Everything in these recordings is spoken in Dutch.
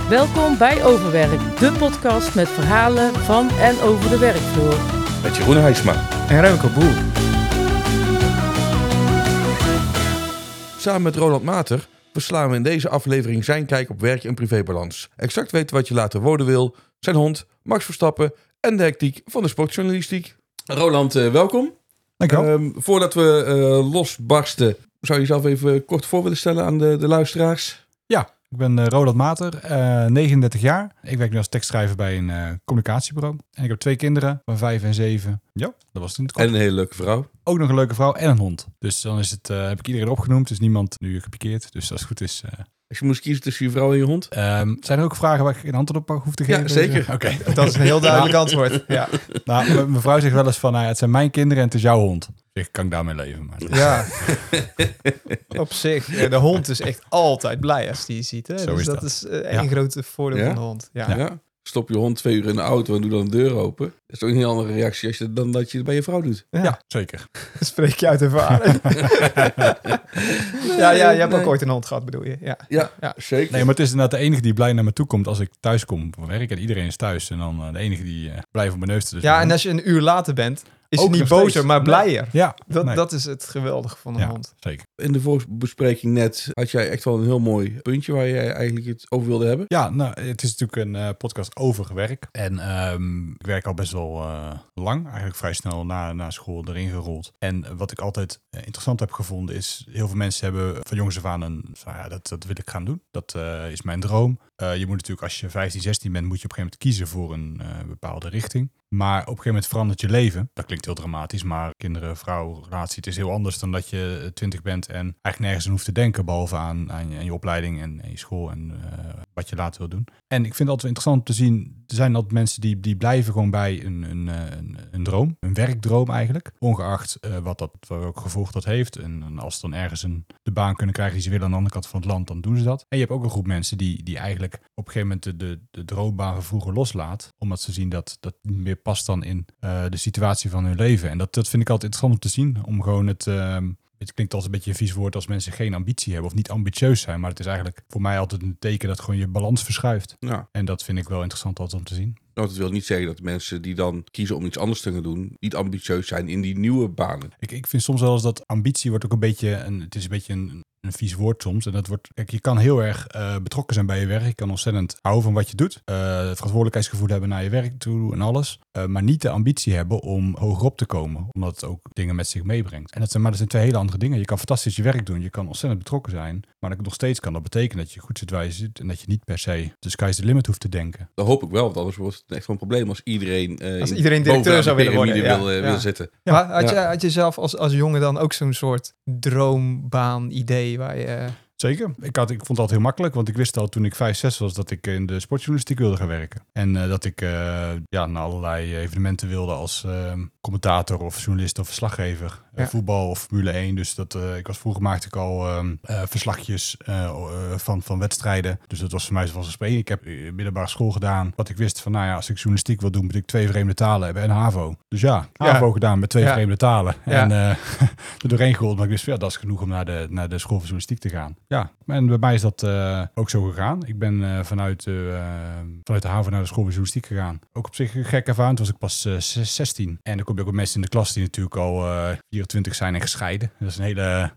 Welkom bij Overwerk, de podcast met verhalen van en over de werkvloer. Met Jeroen Hijsma en Remco Boel. Samen met Roland Mater verslaan we in deze aflevering zijn kijk op werk- en privébalans. Exact weten wat je later worden wil, zijn hond, Max Verstappen en de hectiek van de sportjournalistiek. Roland, welkom. Dankjewel. Voordat we losbarsten, zou je jezelf even kort voor willen stellen aan de luisteraars? Ja, ik ben Roland Mater, 39 jaar. Ik werk nu als tekstschrijver bij een communicatiebureau. En ik heb 2 kinderen van 5 en 7. Ja, dat was het in het kort. En een hele leuke vrouw. Ook nog een leuke vrouw en een hond. Dus dan is het, heb ik iedereen opgenoemd. Dus niemand nu gepikeerd. Dus als het goed is... Als je moest kiezen tussen je vrouw en je hond? zijn er ook vragen waar ik geen antwoord op hoef te geven? Ja, zeker. Oké. Dat is een heel duidelijk antwoord. Ja. Nou, mijn vrouw zegt wel eens van, het zijn mijn kinderen en het is jouw hond. Ik kan ik daarmee leven. Maar... Ja, op zich. Ja, de hond is echt altijd blij als die je ziet. Hè? Zo dus is dat dat. is één grote voordeel van de hond. Ja. Ja. Stop je hond 2 uur in de auto en doe dan de deur open. Dat is toch een heel andere reactie als je, dan dat je het bij je vrouw doet. Ja, zeker. Spreek je uit ervaring. Ja, je hebt ook ooit een hond gehad, bedoel je? Ja. Zeker. Nee, maar het is inderdaad de enige die blij naar me toe komt als ik thuis kom van werk. En iedereen is thuis. En dan de enige die blij voor mijn neus te dus. Ja, en als je een uur later bent, is ook hij niet nog bozer, steeds. maar blijer. Ja, Dat is het geweldige van een hond. Zeker. In de voorbespreking net had jij echt wel een heel mooi puntje waar jij eigenlijk het over wilde hebben. Ja, nou, het is natuurlijk een podcast over werk. En ik werk al best wel lang, eigenlijk vrij snel na school erin gerold. En wat ik altijd interessant heb gevonden is, heel veel mensen hebben van jongs af aan dat wil ik gaan doen. Dat is mijn droom. Je moet natuurlijk, als je 15, 16 bent, moet je op een gegeven moment kiezen voor een bepaalde richting. Maar op een gegeven moment verandert je leven. Dat klinkt heel dramatisch, maar kinderen, vrouw, relatie, het is heel anders dan dat je 20 bent en eigenlijk nergens aan hoeft te denken, behalve aan je opleiding en je school en wat je later wil doen. En ik vind het altijd interessant om te zien, er zijn altijd mensen die blijven gewoon bij een droom, een werkdroom eigenlijk, ongeacht welk gevolg dat heeft. En als ze dan ergens de baan kunnen krijgen die ze willen aan de andere kant van het land, dan doen ze dat. En je hebt ook een groep mensen die eigenlijk op een gegeven moment de droombaan van vroeger loslaat, omdat ze zien dat niet meer past dan in de situatie van hun leven. En dat vind ik altijd interessant om te zien, om gewoon het klinkt als een beetje een vies woord als mensen geen ambitie hebben of niet ambitieus zijn, maar het is eigenlijk voor mij altijd een teken dat gewoon je balans verschuift. Ja. En dat vind ik wel interessant altijd om te zien. Nou, dat wil niet zeggen dat mensen die dan kiezen om iets anders te gaan doen, niet ambitieus zijn in die nieuwe banen. Ik vind soms wel eens dat ambitie wordt ook een beetje, het is een beetje een vies woord soms. En dat wordt, kijk, je kan heel erg betrokken zijn bij je werk. Je kan ontzettend houden van wat je doet. Verantwoordelijkheidsgevoel hebben naar je werk toe en alles. Maar niet de ambitie hebben om hogerop te komen. Omdat het ook dingen met zich meebrengt. En dat zijn 2 hele andere dingen. Je kan fantastisch je werk doen. Je kan ontzettend betrokken zijn. Maar nog steeds kan dat betekenen dat je goed zit waar je zit. En dat je niet per se de sky's the limit hoeft te denken. Dat hoop ik wel, want anders wordt het echt wel een probleem als iedereen directeur zou willen worden. Wil zitten. Ja. Maar had je zelf als jongen dan ook zo'n soort droombaan idee waar je... Zeker. Ik vond het altijd heel makkelijk, want ik wist al toen ik 5, 6 was dat ik in de sportjournalistiek wilde gaan werken. En dat ik naar allerlei evenementen wilde als commentator of journalist of verslaggever. Voetbal of Formule 1. Dus vroeger maakte ik al verslagjes van wedstrijden. Dus dat was voor mij zoals een spelen. Ik heb middelbare school gedaan. Wat ik wist van, als ik journalistiek wil doen, moet ik 2 vreemde talen hebben en HAVO. Dus HAVO gedaan met 2 vreemde talen. Ja. En er doorheen gerold, maar ik wist, dat is genoeg om naar de school van journalistiek te gaan. Ja, en bij mij is dat ook zo gegaan. Ik ben vanuit de HAVO naar de school van journalistiek gegaan. Ook op zich een gek ervaring. Toen was ik pas 16. En dan kom je ook met mensen in de klas die natuurlijk al 24 zijn en gescheiden. Dat is een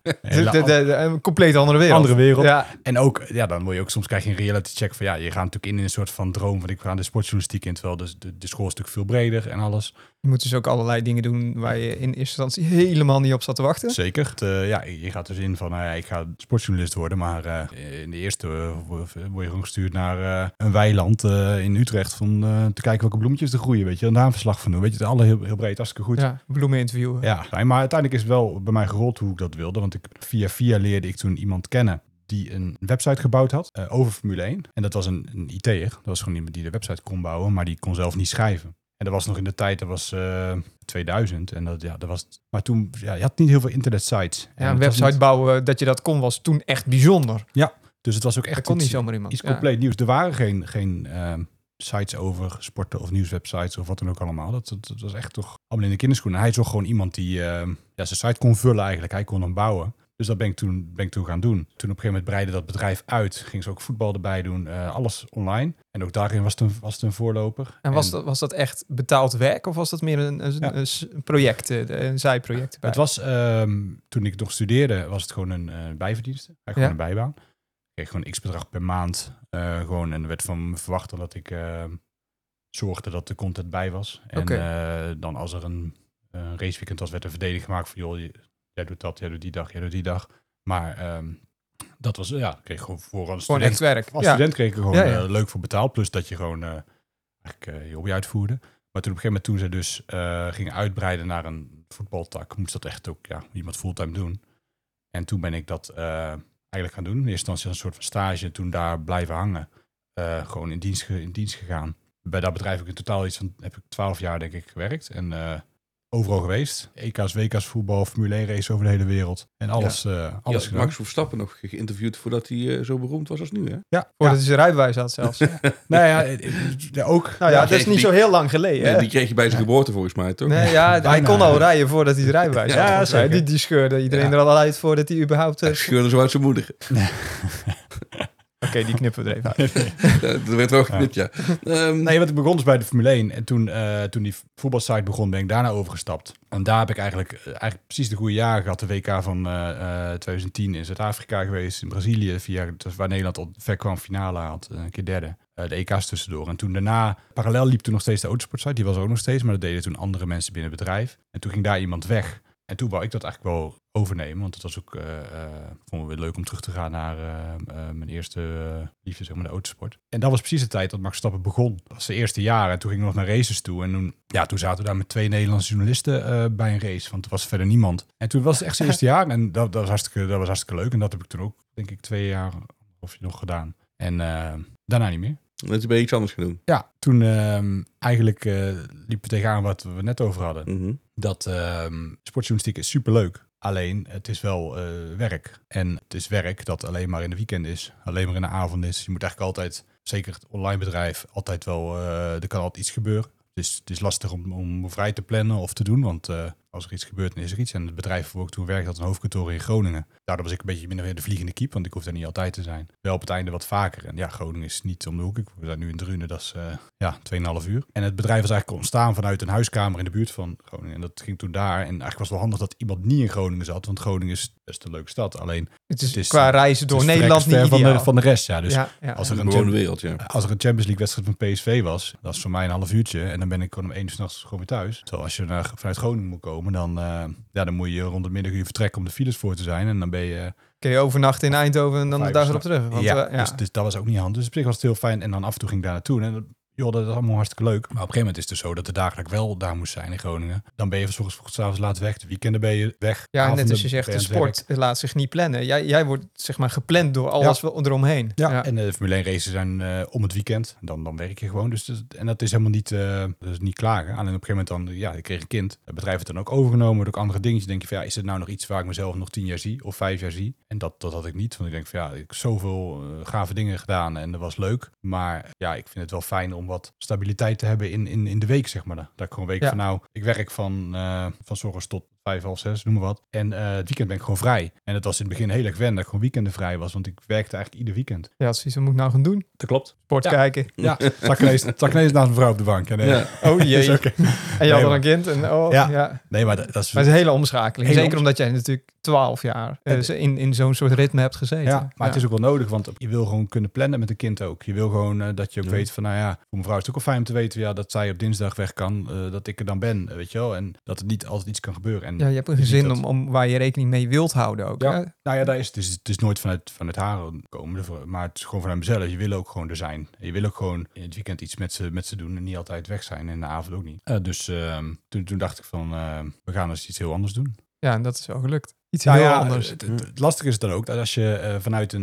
een compleet andere wereld. Ja. En ook, dan word je ook soms krijg je een reality check van je gaat natuurlijk in een soort van droom van ik ga de sportjournalistiek in. Terwijl de school is natuurlijk veel breder en alles. Je moet dus ook allerlei dingen doen waar je in eerste instantie helemaal niet op zat te wachten. Zeker. Je gaat dus in van ik ga sportjournalist worden, maar in de eerste word je gewoon gestuurd naar een weiland in Utrecht om te kijken welke bloemetjes er groeien, weet je, en daar een verslag van doen. Weet je, het alle heel breed, hartstikke goed. Ja, bloemen interviewen. Ja, maar uiteindelijk is het wel bij mij gerold hoe ik dat wilde, want via leerde ik toen iemand kennen die een website gebouwd had over Formule 1. En dat was een IT'er. Dat was gewoon iemand die de website kon bouwen, maar die kon zelf niet schrijven. En dat was nog in de tijd, dat was 2000. En dat was. Maar toen, je had niet heel veel internetsites. Ja, een website bouwen, dat je dat kon, was toen echt bijzonder. Ja, dus het was ook echt dat kon niet zomaar iemand. Iets compleet nieuws. Er waren geen sites over sporten of nieuwswebsites of wat dan ook allemaal. Dat was echt toch allemaal in de kinderschoenen. Hij zocht gewoon iemand die zijn site kon vullen eigenlijk. Hij kon hem bouwen. Dus dat ben ik toen gaan doen. Toen op een gegeven moment breidde dat bedrijf uit. Ging ze ook voetbal erbij doen. Alles online. En ook daarin was het een voorloper. En was dat echt betaald werk of was dat meer een project, een zijproject? Het was, toen ik nog studeerde, was het gewoon een bijverdienste. Gewoon een bijbaan. Ik kreeg gewoon x bedrag per maand. En er werd van me verwacht dat ik zorgde dat de content bij was. En dan als er een raceweekend was, werd er verdediging gemaakt van joh, jij doet dat, jij doet die dag. Maar dat was, kreeg ik gewoon voor een student. Echt werk. Als student kreeg ik er gewoon leuk voor betaald. Plus dat je gewoon eigenlijk je hobby uitvoerde. Maar toen op een gegeven moment, toen ze dus gingen uitbreiden naar een voetbaltak, moest dat echt ook iemand fulltime doen. En toen ben ik dat eigenlijk gaan doen. In eerste instantie een soort van stage. En toen daar blijven hangen. Gewoon in dienst gegaan. Bij dat bedrijf heb ik in totaal heb ik 12 jaar denk ik gewerkt. En overal geweest. EK's, WK's, voetbal, Formule 1 race over de hele wereld. En alles gedaan. Max Verstappen nog geïnterviewd voordat hij zo beroemd was als nu, hè? Ja, voordat hij zijn rijbewijs had zelfs. Ook. Nou ja, dat is niet zo heel lang geleden. Nee, die kreeg je bij zijn geboorte volgens mij, toch? Nee, hij kon al rijden voordat hij zijn rijbewijs had. Zeker. Die scheurde iedereen er al uit voordat hij überhaupt... Hij scheurde zo uit zijn moeder. Oké, die knippen we er even uit. Dat werd wel geknipt, ja. Nee, want ik begon dus bij de Formule 1. En toen die voetbalsite begon, ben ik daarna overgestapt. En daar heb ik eigenlijk precies de goede jaren gehad. De WK van 2010 in Zuid-Afrika geweest. In Brazilië, 4 jaar, waar Nederland al ver kwam finale had. Een keer derde. De EK's tussendoor. En toen daarna, parallel liep toen nog steeds de autosportsite. Die was er ook nog steeds, maar dat deden toen andere mensen binnen het bedrijf. En toen ging daar iemand weg. En toen wou ik dat eigenlijk wel overnemen. Want het was ook vond ik weer leuk om terug te gaan naar mijn eerste liefde, zeg maar, de autosport. En dat was precies de tijd dat Max Verstappen begon. Dat was de eerste jaar. En toen ging ik nog naar races toe. En toen zaten we daar met 2 Nederlandse journalisten bij een race. Want er was verder niemand. En toen was het echt zijn eerste jaar. En dat was hartstikke leuk. En dat heb ik toen ook, denk ik, 2 jaar of nog gedaan. En daarna niet meer. Dat je bij iets anders gaan doen. Ja, toen eigenlijk liepen we tegenaan wat we net over hadden. Mm-hmm. Dat sportjournalistiek is superleuk. Alleen, het is wel werk. En het is werk dat alleen maar in de weekend is. Alleen maar in de avond is. Je moet eigenlijk altijd, zeker het online bedrijf, altijd wel... er kan altijd iets gebeuren. Dus het is lastig om vrij te plannen of te doen. Want als er iets gebeurt, dan is er iets. En het bedrijf waar ik toen werkte had een hoofdkantoor in Groningen. Daardoor was ik een beetje minder weer de vliegende kiep. Want ik hoef daar niet altijd te zijn. Wel op het einde wat vaker. En Groningen is niet om de hoek. We zijn nu in Drunen, dat is 2,5 uur. En het bedrijf was eigenlijk ontstaan vanuit een huiskamer in de buurt van Groningen. En dat ging toen daar. En eigenlijk was het wel handig dat iemand niet in Groningen zat. Want Groningen is best een leuke stad. Alleen het is qua reizen door Nederland niet ideaal. Van de rest, ja. Dus als er een wereld, als er een Champions League wedstrijd van PSV was, dat is voor mij een half uurtje. En dan ben ik gewoon om 1 uur 's nachts gewoon weer thuis. Terwijl als je vanuit Groningen moet komen, dan moet je rond het middaguur vertrekken om de files voor te zijn. En dan ben je... Kun je overnachten in Eindhoven en dan de dag erop terug. Want, dus dat was ook niet handig. Dus op zich was het heel fijn. En dan af en toe ging ik daar naartoe. En dat is allemaal hartstikke leuk. Maar op een gegeven moment is het dus zo dat de dagen dat ik wel daar moest zijn in Groningen. Dan ben je van 's ochtends vroeg 's avonds laat weg. De weekenden ben je weg. Ja, en net als je zegt, de sport laat zich niet plannen. Jij wordt zeg maar gepland door alles eromheen. Ja, en de Formule 1 races zijn om het weekend. Dan werk je gewoon. En dat is helemaal niet klagen. Alleen op een gegeven moment ik kreeg een kind. Het bedrijf heeft dan ook overgenomen door ook andere dingetjes. Denk je van, is het nou nog iets waar ik mezelf nog 10 jaar zie of 5 jaar zie? En dat had ik niet. Want ik denk van, ik heb zoveel gave dingen gedaan en dat was leuk. Maar ik vind het wel fijn om wat stabiliteit te hebben in de week, zeg maar. Dat ik gewoon weet van, ik werk van 's ochtends tot 5, half 6, noem maar wat. En het weekend ben ik gewoon vrij. En het was in het begin heel erg wennen dat ik gewoon weekenden vrij was, want ik werkte eigenlijk ieder weekend. Ja, precies. Wat moet ik nou gaan doen? Dat klopt. Sport kijken. Ja, zag ik ineens naast mijn vrouw op de bank. En, Oh jee. En je had al een kind. En, Nee, maar dat is... Maar het is een hele omschakeling. Zeker omdat jij natuurlijk 12 jaar in zo'n soort ritme hebt gezeten. Ja, maar het is ook wel nodig, want je wil gewoon kunnen plannen met een kind ook. Je wil gewoon dat je ook weet van, voor mijn vrouw is het ook wel fijn om te weten dat zij op dinsdag weg kan, dat ik er dan ben, weet je wel. En dat er niet altijd iets kan gebeuren. En je hebt een gezin om waar je rekening mee wilt houden ook. Ja. Nou ja, het is nooit vanuit haar komen, maar het is gewoon vanuit mezelf. Je wil ook gewoon er zijn. En je wil ook gewoon in het weekend iets met ze doen en niet altijd weg zijn en in de avond ook niet. Dus toen dacht ik van, we gaan eens iets heel anders doen. Ja, en dat is wel gelukt. Iets heel anders. Het lastige is dan ook dat als je vanuit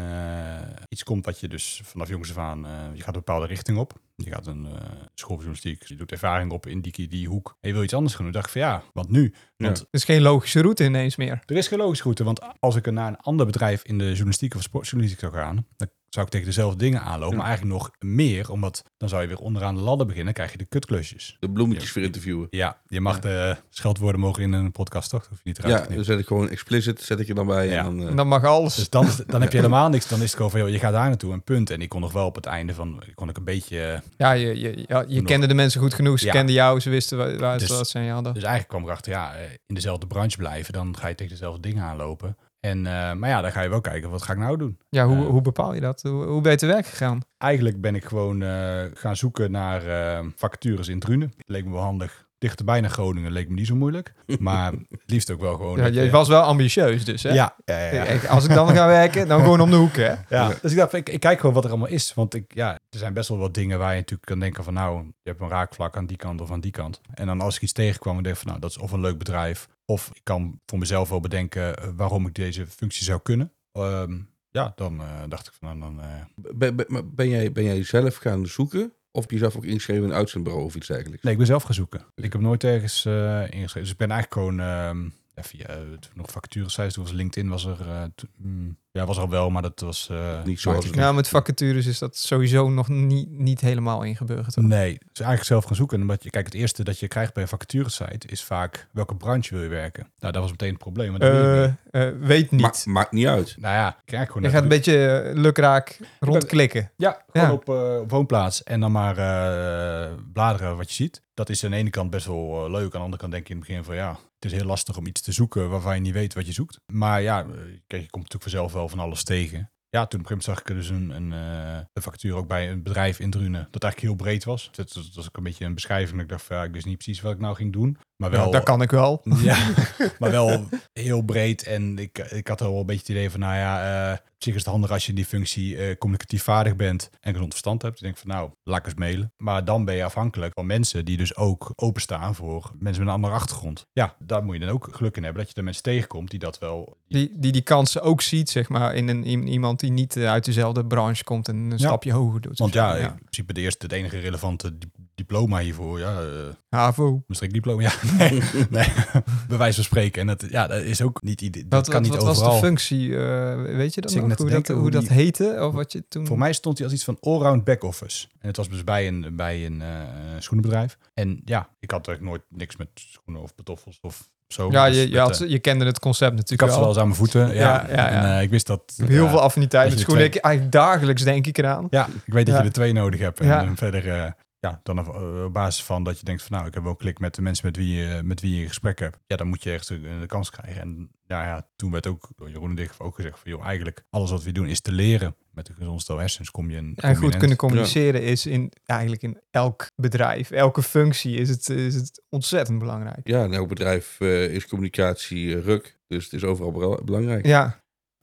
iets komt wat je dus vanaf jongs af aan, je gaat een bepaalde richting op. Je gaat een schooljournalistiek, je doet ervaring op in die hoek. En je wil iets anders gaan doen. Dan dacht ik van wat nu? Want er is geen logische route ineens meer. Er is geen logische route, want als ik naar een ander bedrijf in de journalistiek of sportjournalistiek zou gaan, dan zou ik tegen dezelfde dingen aanlopen. Ja. Maar eigenlijk nog meer, omdat dan zou je weer onderaan de ladder beginnen. Dan krijg je de kutklusjes. De bloemetjes weer interviewen. Ja, je mag de scheldwoorden mogen in een podcast, toch? Dat hoef je niet eruit te Ja, knippen. dan zet ik gewoon explicit, zet ik er dan bij. Ja. En dan, En dan mag alles. Dus dan heb je helemaal niks. Dan is het gewoon van, joh, je gaat daar naartoe, een punt. En ik kon nog wel op het einde kon ik een beetje... Ja, je nog. kende de mensen goed genoeg. Ze Ja. kenden jou, ze wisten waar Dus- ze wat zijn hadden. Dus eigenlijk kwam ik erachter, in dezelfde branche blijven. Dan ga je tegen dezelfde dingen aanlopen. En, maar ja, dan ga je wel kijken, wat ga ik nou doen? Ja, hoe bepaal je dat? Hoe ben je te werk gegaan? Eigenlijk ben ik gewoon gaan zoeken naar vacatures in Drunen. Leek me wel handig. Dichterbij naar Groningen leek me niet zo moeilijk. Maar het liefst ook wel gewoon... Ja, dat je was wel ambitieus dus, hè? Ja. Als ik dan ga werken, dan gewoon om de hoek, hè? Ja, dus ik dacht, ik kijk gewoon wat er allemaal is. Want er zijn best wel wat dingen waar je natuurlijk kan denken van... nou, je hebt een raakvlak aan die kant of aan die kant. En dan als ik iets tegenkwam, dan denk ik van... nou, dat is of een leuk bedrijf... of ik kan voor mezelf wel bedenken waarom ik deze functie zou kunnen. Dan dacht ik van... Ben jij zelf gaan zoeken? Of heb je jezelf ook ingeschreven in een uitzendbureau of iets dergelijks? Nee, ik ben zelf gaan zoeken. Ik heb nooit ergens ingeschreven. Dus ik ben eigenlijk gewoon... via nog vacaturesites, toen was LinkedIn was er... was er al wel, maar dat was... Niet zoals het- Ja, met vacatures is dat sowieso nog niet helemaal ingeburgerd. Hoor. Nee, dus eigenlijk zelf gaan zoeken. En omdat het eerste dat je krijgt bij een vacaturesite is vaak welke branche wil je werken. Nou, dat was meteen het probleem. Want dat weet ik niet. Weet niet. Maakt niet uit. Nou ja, ik krijg gewoon Je gaat een beetje lukraak rondklikken. Ja, gewoon Ja. op woonplaats en dan maar bladeren wat je ziet. Dat is aan de ene kant best wel leuk. Aan de andere kant denk je in het begin van het is heel lastig om iets te zoeken waarvan je niet weet wat je zoekt. Maar je komt natuurlijk vanzelf wel van alles tegen. Ja, toen op een gegeven moment zag ik er dus een vacature ook bij een bedrijf in Drunen. Dat eigenlijk heel breed was. Dat was ook een beetje een beschrijving. Ik dacht van ik wist niet precies wat ik nou ging doen. Maar wel, Dat kan ik wel. ja, maar wel heel breed. En ik had er wel een beetje het idee van, op zich is het handig als je in die functie communicatief vaardig bent en gezond verstand hebt. Ik denk van, laat ik eens mailen. Maar dan ben je afhankelijk van mensen die dus ook openstaan voor mensen met een andere achtergrond. Ja, daar moet je dan ook geluk in hebben dat je er mensen tegenkomt die dat wel... Die kansen ook ziet, zeg maar, in iemand die niet uit dezelfde branche komt en een stapje hoger doet. Want in principe het enige relevante diploma hiervoor, HAVO. Maastricht diploma, nee, bij wijze van spreken. En dat is ook niet... Dat kan niet wat overal. was de functie? Weet je Zit dan ik nog? net te denken Hoe hoe dat heette? Of wat je toen... Voor mij stond hij als iets van allround back-office. En het was dus bij een schoenenbedrijf. En ik had eigenlijk nooit niks met schoenen of pantoffels of zo. Ja, Dus je kende het concept ik natuurlijk had ze wel eens aan mijn voeten. Ja. En ik wist dat... Ik heb heel veel affiniteit als met je schoenen. twee- eigenlijk dagelijks denk ik eraan. Ja, ik weet dat Ja. je er 2 nodig hebt. En Ja. verder... dan op basis van dat je denkt van ik heb wel een klik met de mensen met wie je een gesprek hebt. Ja, dan moet je echt de kans krijgen. En toen werd ook door Jeroen Dicht ook gezegd van eigenlijk alles wat we doen is te leren. Met een gezond stel hersens kom je een En goed kunnen communiceren is eigenlijk in elk bedrijf, elke functie is het ontzettend belangrijk. Ja, in elk bedrijf is communicatie ruk. Dus het is overal belangrijk. Ja,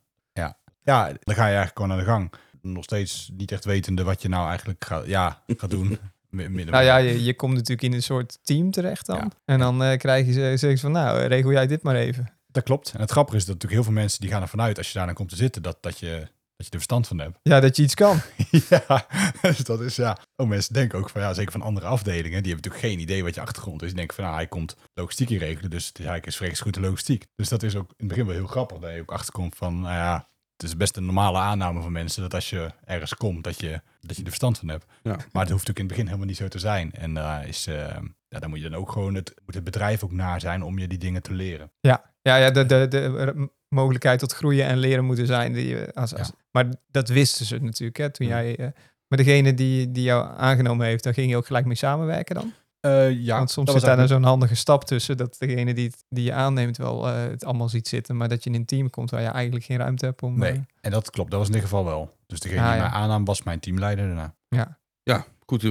Ja, dan ga je eigenlijk gewoon aan de gang. Nog steeds niet echt wetende wat je nou eigenlijk gaat doen. nou ja, je komt natuurlijk in een soort team terecht dan. Ja. En dan krijg je zeggen ze van regel jij dit maar even. Dat klopt. En het grappige is dat natuurlijk heel veel mensen die gaan ervan uit als je daar dan komt te zitten dat je er verstand van hebt. Ja, dat je iets kan. Ja, dus dat is Ook mensen denken ook van zeker van andere afdelingen, die hebben natuurlijk geen idee wat je achtergrond is. Die denken van hij komt logistiek regelen, dus hij is vreemd goed de logistiek. Dus dat is ook in het begin wel heel grappig dat je ook achterkomt van het is best een normale aanname van mensen dat als je ergens komt, dat je er verstand van hebt. Ja. Maar het hoeft natuurlijk in het begin helemaal niet zo te zijn. En daar moet je dan ook gewoon moet het bedrijf ook naar zijn om je die dingen te leren. Ja, de mogelijkheid tot groeien en leren moeten zijn. Maar dat wisten ze natuurlijk. Hè, toen jij, maar degene die jou aangenomen heeft, daar ging je ook gelijk mee samenwerken dan? Want soms zit daar dan zo'n handige stap tussen dat degene die je aanneemt wel het allemaal ziet zitten, maar dat je in een team komt waar je eigenlijk geen ruimte hebt om... Nee, en dat klopt. Dat was in dit geval wel. Dus degene die mij aannam was mijn teamleider daarna. Ja, goed.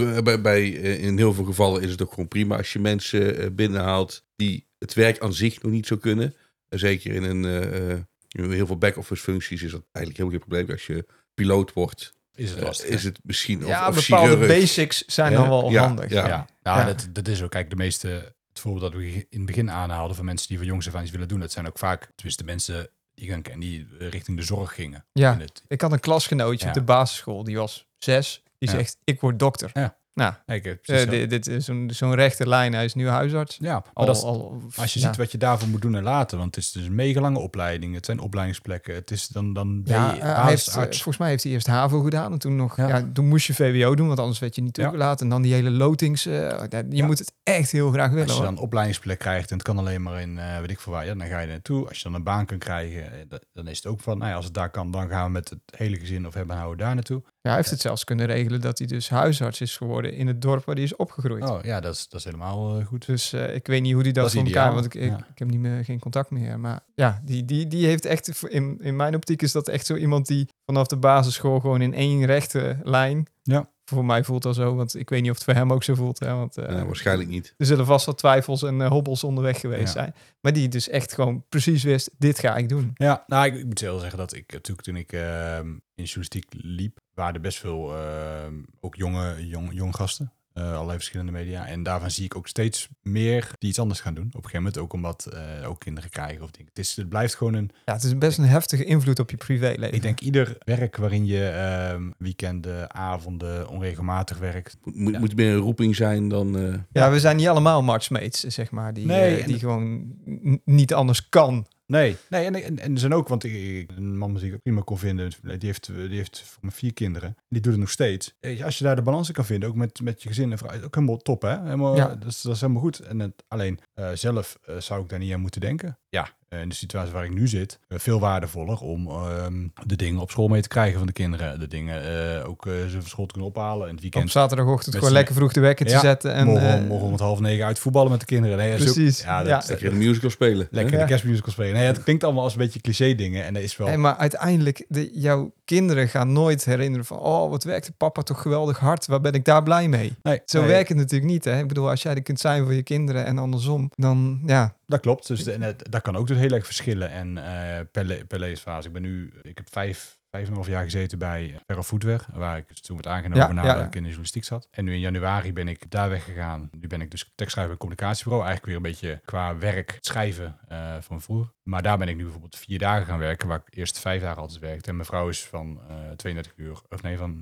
In heel veel gevallen is het ook gewoon prima als je mensen binnenhaalt die het werk aan zich nog niet zo kunnen. Zeker in heel veel back-office functies is dat eigenlijk helemaal geen probleem. Als je piloot wordt, Is het lastig? is het misschien... Ja, of bepaalde chirurg. basics zijn dan wel handig. Ja. Dat is ook. Kijk, het voorbeeld dat we in het begin aanhaalden van mensen die van jongs af aan iets willen doen, dat zijn ook vaak, tenminste de mensen die richting de zorg gingen. Ja, ik had een klasgenootje Ja. op de basisschool, die was 6. Die Ja. zegt, ik word dokter. Ja. Nou, dit is zo'n rechte lijn. Hij is nu huisarts. Ja, maar als je ziet wat je daarvoor moet doen en laten, want het is dus een mega lange opleiding. Het zijn opleidingsplekken. Het is dan volgens mij heeft hij eerst HAVO gedaan en toen nog. Toen moest je VWO doen, want anders werd je niet toegelaten. En dan die hele lotings. Je moet het echt heel graag willen. Als je dan een opleidingsplek krijgt en het kan alleen maar in weet ik veel waar, dan ga je er naartoe. Als je dan een baan kunt krijgen, dan is het ook van, als het daar kan, dan gaan we met het hele gezin of hebben houden daar naartoe. Ja, hij heeft het zelfs kunnen regelen dat hij dus huisarts is geworden in het dorp waar hij is opgegroeid. Oh ja, dat is helemaal goed. Dus ik weet niet hoe hij dat voor elkaar, want ik heb niet meer, geen contact meer. Maar ja, die heeft echt, in mijn optiek is dat echt zo iemand die vanaf de basisschool gewoon in één rechte lijn. Ja. Voor mij voelt dat zo, want ik weet niet of het voor hem ook zo voelt. Hè, want, waarschijnlijk niet. Er zullen vast wat twijfels en hobbels onderweg geweest zijn. Maar die dus echt gewoon precies wist, dit ga ik doen. Ja, nou ik moet wel zeggen dat ik natuurlijk toen ik in journalistiek liep, waren er best veel ook jonge gasten. Allerlei verschillende media. En daarvan zie ik ook steeds meer die iets anders gaan doen. Op een gegeven moment ook omdat ook kinderen krijgen of dingen. Het blijft gewoon een... Ja, het is best een heftige invloed op je privéleven. Ik denk ieder werk waarin je weekenden, avonden, onregelmatig werkt. Moet meer een roeping zijn dan... Ja, we zijn niet allemaal matchmates, zeg maar. Die gewoon niet anders kan. Nee, en er zijn ook, want een man die ik prima kon vinden, die heeft voor me 4 kinderen. Die doet het nog steeds. Als je daar de balans in kan vinden, ook met je gezin en vrouw, ook helemaal top, hè? Dat is helemaal goed. En alleen zelf zou ik daar niet aan moeten denken. Ja, in de situatie waar ik nu zit, veel waardevoller om de dingen op school mee te krijgen van de kinderen. De dingen ook ze van school te kunnen ophalen. En het weekend. Op zaterdagochtend gewoon lekker vroeg de wekker te zetten. En morgen om 8:30 uit voetballen met de kinderen. Nee, precies. Lekker de musical spelen. Lekker de kerstmusical spelen. Nee, het klinkt allemaal als een beetje cliché dingen. En dat is wel... Hey, maar uiteindelijk, jouw kinderen gaan nooit herinneren van... oh, wat werkte papa toch geweldig hard. Waar ben ik daar blij mee? Zo werkt het natuurlijk niet. Hè? Ik bedoel, als jij er kunt zijn voor je kinderen en andersom, dan ja... Dat klopt. Dus dat kan ook dus heel erg verschillen. En per levensfase. Ik heb 5,5 jaar gezeten bij Verre Footwear, waar ik toen werd aangenomen nadat ik in de journalistiek zat. En nu in januari ben ik daar weggegaan. Nu ben ik dus tekstschrijver en communicatiebureau. Eigenlijk weer een beetje qua werk schrijven van vroeger. Maar daar ben ik nu bijvoorbeeld 4 dagen gaan werken, waar ik eerst 5 dagen altijd werkte. En mijn vrouw is van 32 uur, of nee, van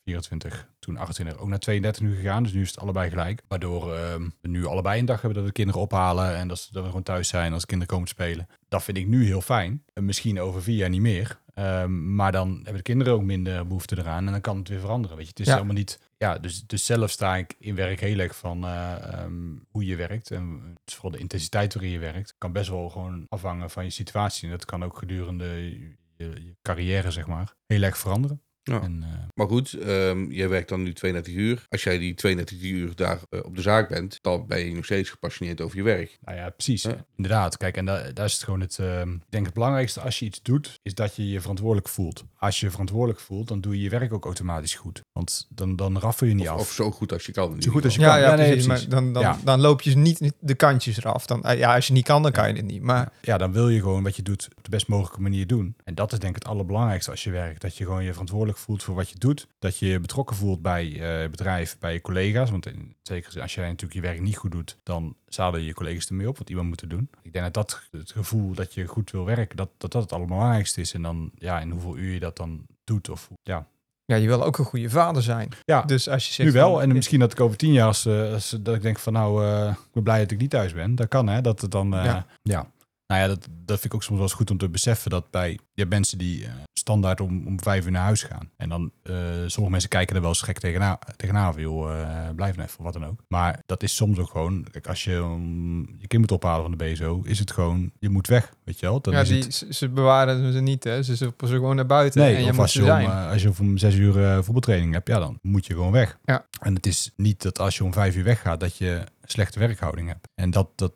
24, toen 28, ook naar 32 nu gegaan. Dus nu is het allebei gelijk. Waardoor we nu allebei een dag hebben dat we kinderen ophalen en dat we gewoon thuis zijn als de kinderen komen spelen. Dat vind ik nu heel fijn. Misschien over 4 jaar niet meer. Maar dan hebben de kinderen ook minder behoefte eraan en dan kan het weer veranderen. Weet je, het is helemaal niet... Ja, dus zelf sta ik in werk heel erg van hoe je werkt. En vooral de intensiteit waarin je werkt kan best wel gewoon afhangen van je situatie. En dat kan ook gedurende je carrière, zeg maar, heel erg veranderen. Ja. Maar goed, jij werkt dan nu 32 uur. Als jij die 32 uur daar op de zaak bent, dan ben je nog steeds gepassioneerd over je werk. Nou ja, precies. Ja. Inderdaad. Kijk, en daar is het gewoon ik denk het belangrijkste als je iets doet, is dat je je verantwoordelijk voelt. Als je je verantwoordelijk voelt, dan doe je je werk ook automatisch goed. Want dan raffel je niet af. Of zo goed als je kan. Zo goed als je kan. Ja, precies. Maar dan loop je niet de kantjes eraf. Als je niet kan, dan kan je het niet. Maar... Ja, dan wil je gewoon wat je doet op de best mogelijke manier doen. En dat is denk ik het allerbelangrijkste als je werkt. Dat je gewoon je verantwoordelijk voelt voor wat je doet. Dat je je betrokken voelt bij je bedrijf, bij je collega's. Want zeker als jij natuurlijk je werk niet goed doet, dan zadelen je collega's ermee op, wat iemand moet doen. Ik denk dat het gevoel dat je goed wil werken, dat het allerbelangrijkste is. En dan, in hoeveel uur je dat dan doet. Ja, je wil ook een goede vader zijn. Ja, dus als je zegt nu wel. En misschien dat ik over 10 jaar, als dat ik denk van ik ben blij dat ik niet thuis ben. Dat kan, hè. Dat het dan, Nou ja, dat vind ik ook soms wel eens goed om te beseffen. Dat je hebt mensen die standaard om 5 uur naar huis gaan. En dan, sommige mensen kijken er wel eens gek tegenaan. Blijf nou even, wat dan ook. Maar dat is soms ook gewoon, kijk, als je je kind moet ophalen van de BSO, is het gewoon, je moet weg, weet je wel. Dan ze bewaren ze niet, hè. Ze zoeken ze gewoon naar buiten. Nee, en je of moet als je om 6 uur voetbaltraining hebt, dan moet je gewoon weg. Ja. En het is niet dat als je om 5 uur weggaat, dat je slechte werkhouding hebt. En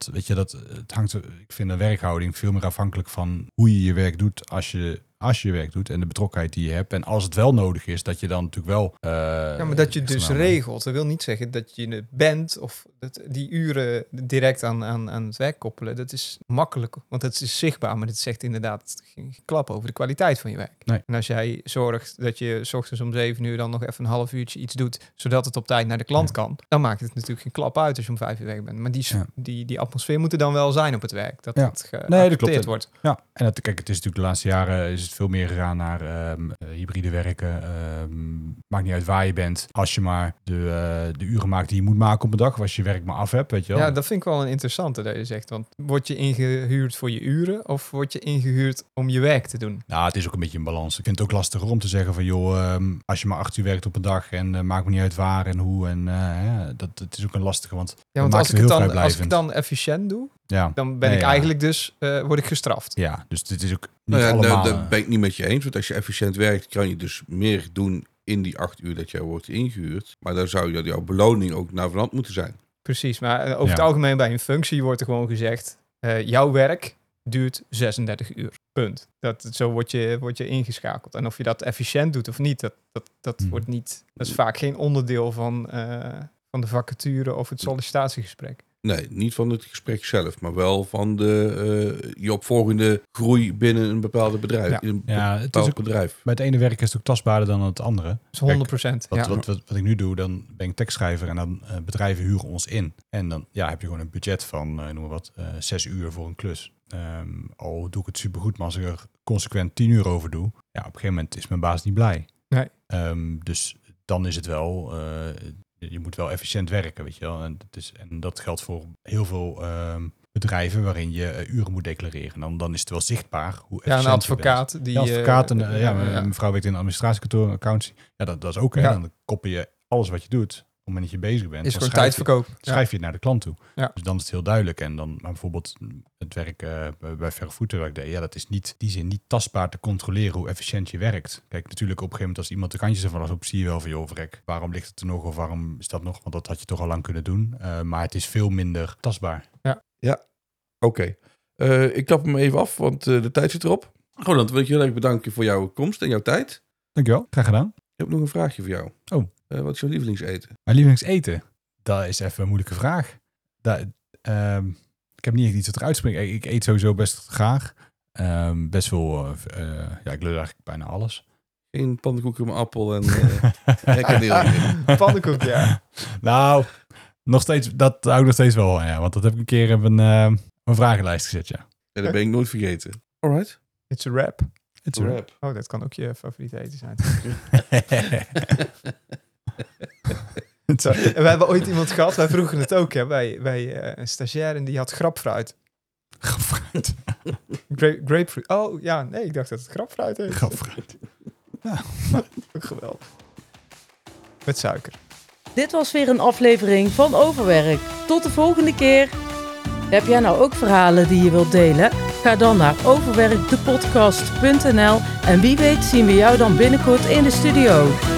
het hangt, ik vind een werkhouding veel meer afhankelijk van hoe je je werk doet als je werk doet en de betrokkenheid die je hebt. En als het wel nodig is, dat je dan natuurlijk wel... maar dat je dus regelt. Dat wil niet zeggen dat je het bent of die uren direct aan het werk koppelen. Dat is makkelijk, want het is zichtbaar, maar het zegt inderdaad geen klap over de kwaliteit van je werk. Nee. En als jij zorgt dat je 's ochtends om 7 uur dan nog even een half uurtje iets doet, zodat het op tijd naar de klant kan, dan maakt het natuurlijk geen klap uit als je om 5 uur weg bent. Maar die atmosfeer moet er dan wel zijn op het werk. Dat geaccepteerd wordt. Ja, en het is natuurlijk de laatste jaren het veel meer gegaan naar hybride werken. Maakt niet uit waar je bent. Als je maar de uren maakt die je moet maken op een dag. Of als je werk maar af hebt, weet je wel. Ja, dat vind ik wel een interessante dat je zegt. Want word je ingehuurd voor je uren of word je ingehuurd om je werk te doen? Nou, het is ook een beetje een balans. Ik vind het ook lastiger om te zeggen van joh, als je maar 8 uur werkt op een dag en maakt me niet uit waar en hoe. En het is ook een lastige, want als ik dan efficiënt doe, dan ben ik eigenlijk word ik gestraft. Ja, dus dit is ook niet allemaal... Daar ben ik niet met je eens. Want als je efficiënt werkt, kan je dus meer doen in die 8 uur dat jij wordt ingehuurd. Maar dan zou jouw beloning ook naar verant moeten zijn. Precies, maar over het algemeen bij een functie wordt er gewoon gezegd, jouw werk duurt 36 uur. Punt. Zo word je ingeschakeld. En of je dat efficiënt doet of niet, dat wordt niet... Dat is vaak geen onderdeel van de vacature of het sollicitatiegesprek. Nee, niet van het gesprek zelf, maar wel van je opvolgende groei binnen een bepaald bedrijf. Het is ook, bedrijf. Bij het ene werk is het ook tastbaarder dan het andere. Dat is 100%. Wat ik nu doe, dan ben ik tekstschrijver en dan bedrijven huren ons in. En dan heb je gewoon een budget van, noem maar wat, 6 uur voor een klus. Al doe ik het supergoed, maar als ik er consequent 10 uur over doe, op een gegeven moment is mijn baas niet blij. Nee. Dus dan is het wel... je moet wel efficiënt werken, weet je wel. En dat geldt voor heel veel bedrijven waarin je uren moet declareren. En dan is het wel zichtbaar hoe efficiënt een advocaat. Mijn vrouw werkt in een administratiekantoor, accountancy. Ja, dat is ook. Ja. Dan koppel je alles wat je doet, op het moment dat je bezig bent. Is gewoon tijdverkoop. Schrijf je het naar de klant toe. Ja. Dus dan is het heel duidelijk. En dan maar bijvoorbeeld het werk bij Vervoeten waar ik deed. Ja, dat is niet die zin niet tastbaar te controleren hoe efficiënt je werkt. Kijk, natuurlijk op een gegeven moment als iemand de kantjes ervan af op, zie je wel van joh, vrek, waarom ligt het er nog of waarom is dat nog? Want dat had je toch al lang kunnen doen. Maar het is veel minder tastbaar. Ja. Oké. Ik tap hem even af, want de tijd zit erop. Roland, wil ik je heel erg bedanken voor jouw komst en jouw tijd. Dankjewel, graag gedaan. Ik heb nog een vraagje voor jou. Oh. Wat is jouw lievelingseten? Mijn lievelingseten? Dat is even een moeilijke vraag. Ik heb niet echt iets wat eruit springt. Ik eet sowieso best graag. Best veel, ik lust eigenlijk bijna alles. Geen pannenkoeken met appel en kaneel. Pannenkoek, ja. Nou, nog steeds, dat hou ik nog steeds wel aan, ja. Want dat heb ik een keer op een vragenlijst gezet, ja. Ja, dat ben ik nooit vergeten. Alright. It's a wrap. It's a wrap. Oh, dat kan ook je favoriete eten zijn. We hebben ooit iemand gehad, wij vroegen het ook, hè, bij een stagiair en die had grapfruit. Grapfruit? Grapefruit. Oh, ja, nee, ik dacht dat het grapfruit is. Grapfruit. Ja. Ook geweldig. Met suiker. Dit was weer een aflevering van Overwerk. Tot de volgende keer. Heb jij nou ook verhalen die je wilt delen? Ga dan naar overwerkdepodcast.nl en wie weet zien we jou dan binnenkort in de studio.